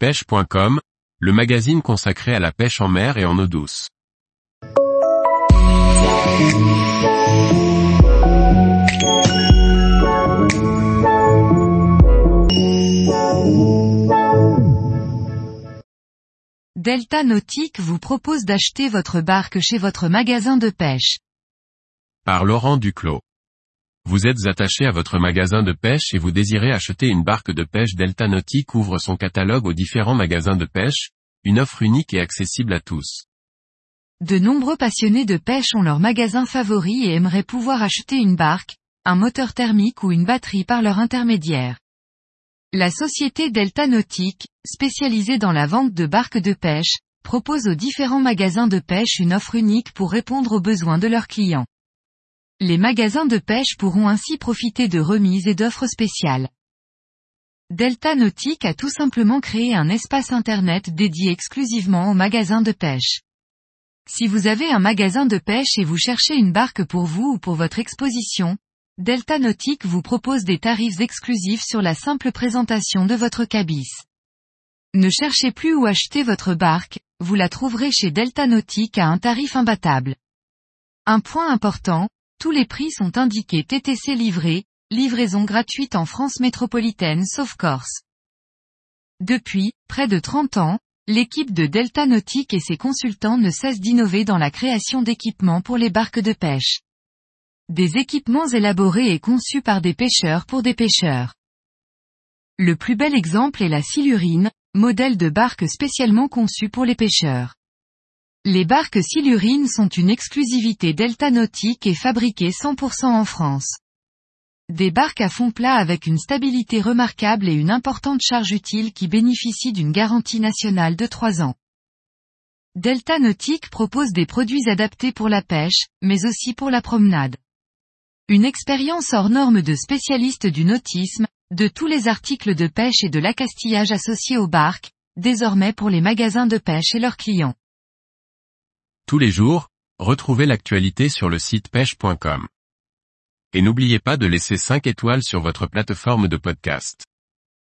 pêche.com, le magazine consacré à la pêche en mer et en eau douce. Delta Nautique vous propose d'acheter votre barque chez votre magasin de pêche. Par Laurent Duclos. Vous êtes attaché à votre magasin de pêche et vous désirez acheter une barque de pêche. Delta Nautique ouvre son catalogue aux différents magasins de pêche, une offre unique et accessible à tous. De nombreux passionnés de pêche ont leur magasin favori et aimeraient pouvoir acheter une barque, un moteur thermique ou une batterie par leur intermédiaire. La société Delta Nautique, spécialisée dans la vente de barques de pêche, propose aux différents magasins de pêche une offre unique pour répondre aux besoins de leurs clients. Les magasins de pêche pourront ainsi profiter de remises et d'offres spéciales. Delta Nautique a tout simplement créé un espace internet dédié exclusivement aux magasins de pêche. Si vous avez un magasin de pêche et vous cherchez une barque pour vous ou pour votre exposition, Delta Nautique vous propose des tarifs exclusifs sur la simple présentation de votre cabis. Ne cherchez plus où acheter votre barque, vous la trouverez chez Delta Nautique à un tarif imbattable. Un point important, tous les prix sont indiqués TTC livré, livraison gratuite en France métropolitaine sauf Corse. Depuis, près de 30 ans, l'équipe de Delta Nautique et ses consultants ne cessent d'innover dans la création d'équipements pour les barques de pêche. Des équipements élaborés et conçus par des pêcheurs pour des pêcheurs. Le plus bel exemple est la Silurine, modèle de barque spécialement conçu pour les pêcheurs. Les barques Silurine sont une exclusivité Delta Nautique et fabriquées 100% en France. Des barques à fond plat avec une stabilité remarquable et une importante charge utile qui bénéficient d'une garantie nationale de 3 ans. Delta Nautique propose des produits adaptés pour la pêche, mais aussi pour la promenade. Une expérience hors norme de spécialistes du nautisme, de tous les articles de pêche et de l'accastillage associés aux barques, désormais pour les magasins de pêche et leurs clients. Tous les jours, retrouvez l'actualité sur le site pêche.com. Et n'oubliez pas de laisser 5 étoiles sur votre plateforme de podcast.